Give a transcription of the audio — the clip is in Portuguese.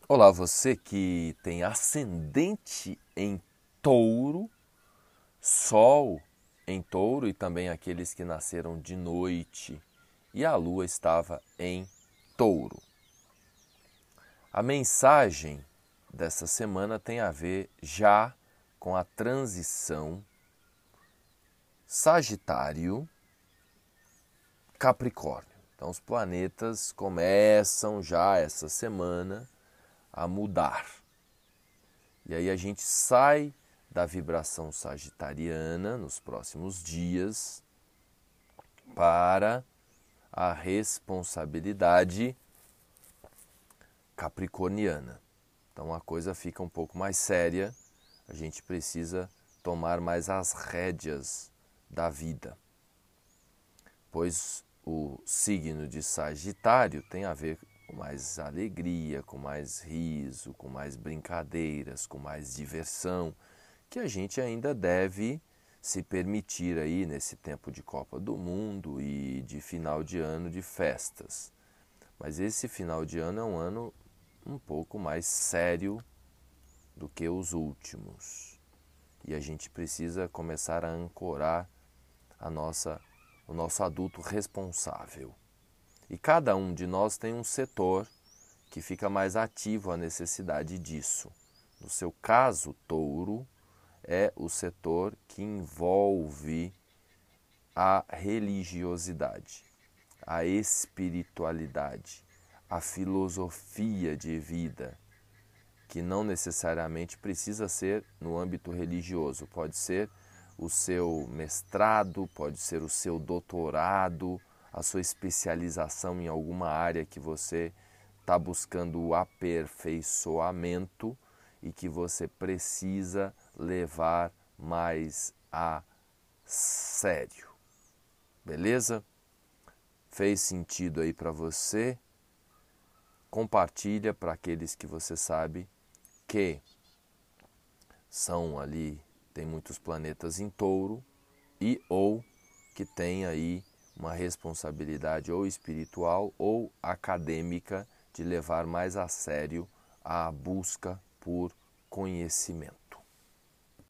Olá, você que tem ascendente em touro, sol em touro e também aqueles que nasceram de noite e a lua estava em touro. A mensagem dessa semana tem a ver já com a transição Sagitário-Capricórnio. Então os planetas começam já essa semana a mudar. E aí a gente sai da vibração sagitariana nos próximos dias para a responsabilidade capricorniana. Então a coisa fica um pouco mais séria, a gente precisa tomar mais as rédeas da vida, pois o signo de Sagitário tem a ver com mais alegria, com mais riso, com mais brincadeiras, com mais diversão, que a gente ainda deve se permitir aí nesse tempo de Copa do Mundo e de final de ano de festas. Mas esse final de ano é um ano um pouco mais sério do que os últimos. E a gente precisa começar a ancorar o nosso adulto responsável. E cada um de nós tem um setor que fica mais ativo à necessidade disso. No seu caso, touro é o setor que envolve a religiosidade, a espiritualidade, a filosofia de vida, que não necessariamente precisa ser no âmbito religioso, pode ser o seu mestrado, pode ser o seu doutorado, a sua especialização em alguma área que você está buscando o aperfeiçoamento e que você precisa levar mais a sério. Beleza? Fez sentido aí para você? Compartilha para aqueles que você sabe que são ali, tem muitos planetas em touro e ou que tem aí uma responsabilidade ou espiritual ou acadêmica de levar mais a sério a busca por conhecimento.